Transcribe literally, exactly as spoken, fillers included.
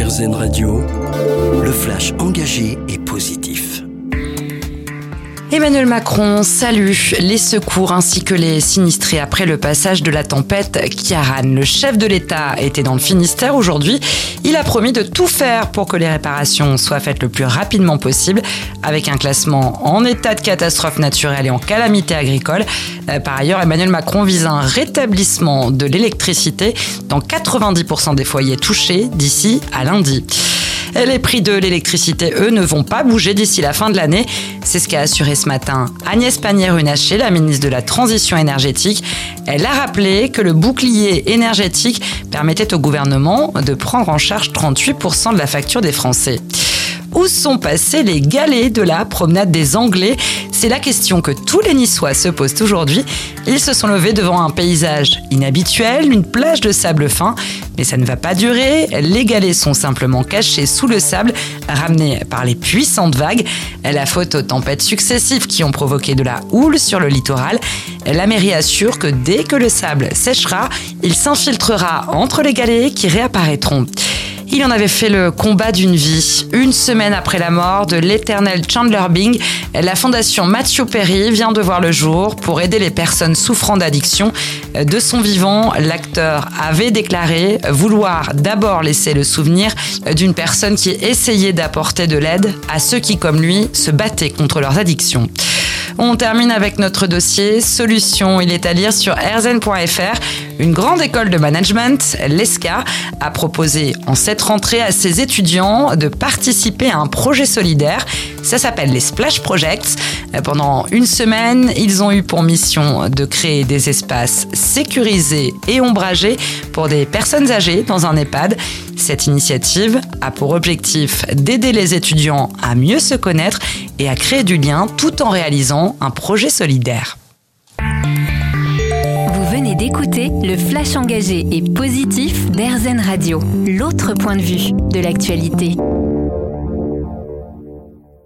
RZN Radio, le flash engagé et positif. Emmanuel Macron salue les secours ainsi que les sinistrés après le passage de la tempête Ciarán. Le chef de l'État était dans le Finistère aujourd'hui. Il a promis de tout faire pour que les réparations soient faites le plus rapidement possible, avec un classement en état de catastrophe naturelle et en calamité agricole. Par ailleurs, Emmanuel Macron vise un rétablissement de l'électricité dans quatre-vingt-dix pour cent des foyers touchés d'ici à lundi. Les prix de l'électricité, eux, ne vont pas bouger d'ici la fin de l'année. C'est ce qu'a assuré ce matin Agnès Pannier-Runacher, la ministre de la Transition énergétique. Elle a rappelé que le bouclier énergétique permettait au gouvernement de prendre en charge trente-huit pour cent de la facture des Français. Où sont passés les galets de la promenade des Anglais ? C'est la question que tous les Niçois se posent aujourd'hui. Ils se sont levés devant un paysage inhabituel, une plage de sable fin. Mais ça ne va pas durer. Les galets sont simplement cachés sous le sable, ramenés par les puissantes vagues. La faute aux tempêtes successives qui ont provoqué de la houle sur le littoral. La mairie assure que dès que le sable séchera, il s'infiltrera entre les galets qui réapparaîtront. Il en avait fait le combat d'une vie. Une semaine après la mort de l'éternel Chandler Bing, la fondation Matthew Perry vient de voir le jour pour aider les personnes souffrant d'addiction. De son vivant, l'acteur avait déclaré vouloir d'abord laisser le souvenir d'une personne qui essayait d'apporter de l'aide à ceux qui, comme lui, se battaient contre leurs addictions. On termine avec notre dossier Solutions. Il est à lire sur r z n point f r. Une grande école de management, l'E S C A, a proposé en cette rentrée à ses étudiants de participer à un projet solidaire. Ça s'appelle les Splash Projects. Pendant une semaine, ils ont eu pour mission de créer des espaces sécurisés et ombragés pour des personnes âgées dans un EHPAD. Cette initiative a pour objectif d'aider les étudiants à mieux se connaître et à créer du lien tout en réalisant un projet solidaire. Vous venez d'écouter le flash engagé et positif d'RZN Radio, l'autre point de vue de l'actualité.